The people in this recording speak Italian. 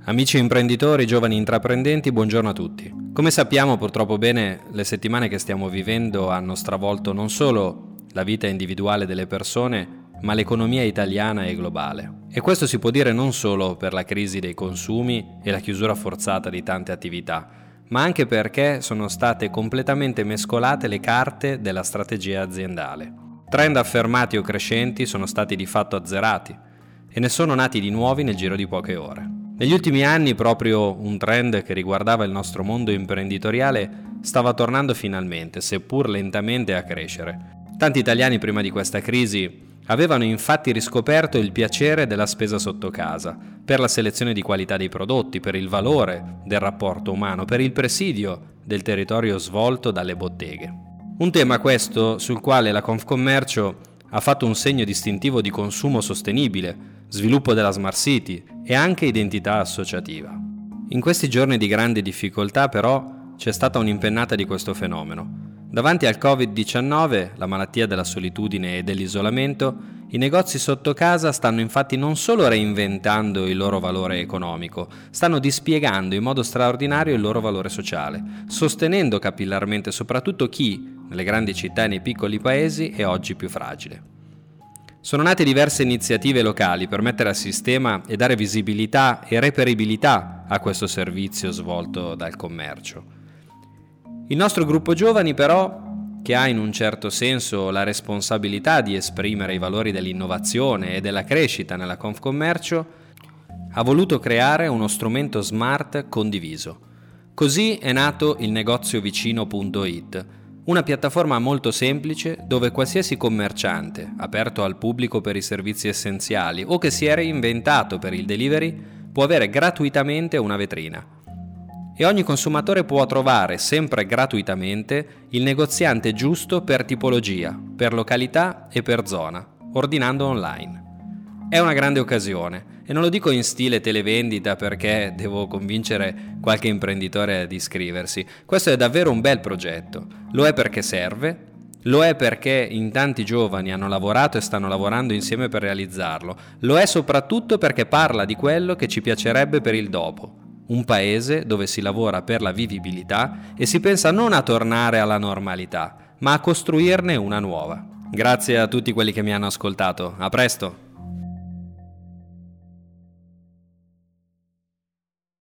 Amici imprenditori, giovani intraprendenti, buongiorno a tutti. Come sappiamo purtroppo bene, le settimane che stiamo vivendo hanno stravolto non solo la vita individuale delle persone, ma l'economia italiana e globale. E questo si può dire non solo per la crisi dei consumi e la chiusura forzata di tante attività, ma anche perché sono state completamente mescolate le carte della strategia aziendale. Trend affermati o crescenti sono stati di fatto azzerati e ne sono nati di nuovi nel giro di poche ore. Negli ultimi anni proprio un trend che riguardava il nostro mondo imprenditoriale stava tornando finalmente, seppur lentamente, a crescere. Tanti italiani prima di questa crisi avevano infatti riscoperto il piacere della spesa sotto casa, per la selezione di qualità dei prodotti, per il valore del rapporto umano, per il presidio del territorio svolto dalle botteghe. Un tema questo sul quale la Confcommercio ha fatto un segno distintivo di consumo sostenibile, sviluppo della Smart City e anche identità associativa. In questi giorni di grande difficoltà però c'è stata un'impennata di questo fenomeno. Davanti al Covid-19, la malattia della solitudine e dell'isolamento, i negozi sotto casa stanno infatti non solo reinventando il loro valore economico, stanno dispiegando in modo straordinario il loro valore sociale, sostenendo capillarmente soprattutto chi, nelle grandi città e nei piccoli paesi, è oggi più fragile. Sono nate diverse iniziative locali per mettere a sistema e dare visibilità e reperibilità a questo servizio svolto dal commercio. Il nostro gruppo giovani però, che ha in un certo senso la responsabilità di esprimere i valori dell'innovazione e della crescita nella Confcommercio, ha voluto creare uno strumento smart condiviso. Così è nato il negoziovicino.it, una piattaforma molto semplice dove qualsiasi commerciante, aperto al pubblico per i servizi essenziali o che si è reinventato per il delivery, può avere gratuitamente una vetrina. E ogni consumatore può trovare sempre gratuitamente il negoziante giusto per tipologia, per località e per zona, ordinando online. È una grande occasione e non lo dico in stile televendita perché devo convincere qualche imprenditore ad iscriversi. Questo è davvero un bel progetto. Lo è perché serve, lo è perché in tanti giovani hanno lavorato e stanno lavorando insieme per realizzarlo, lo è soprattutto perché parla di quello che ci piacerebbe per il dopo. Un paese dove si lavora per la vivibilità e si pensa non a tornare alla normalità, ma a costruirne una nuova. Grazie a tutti quelli che mi hanno ascoltato. A presto!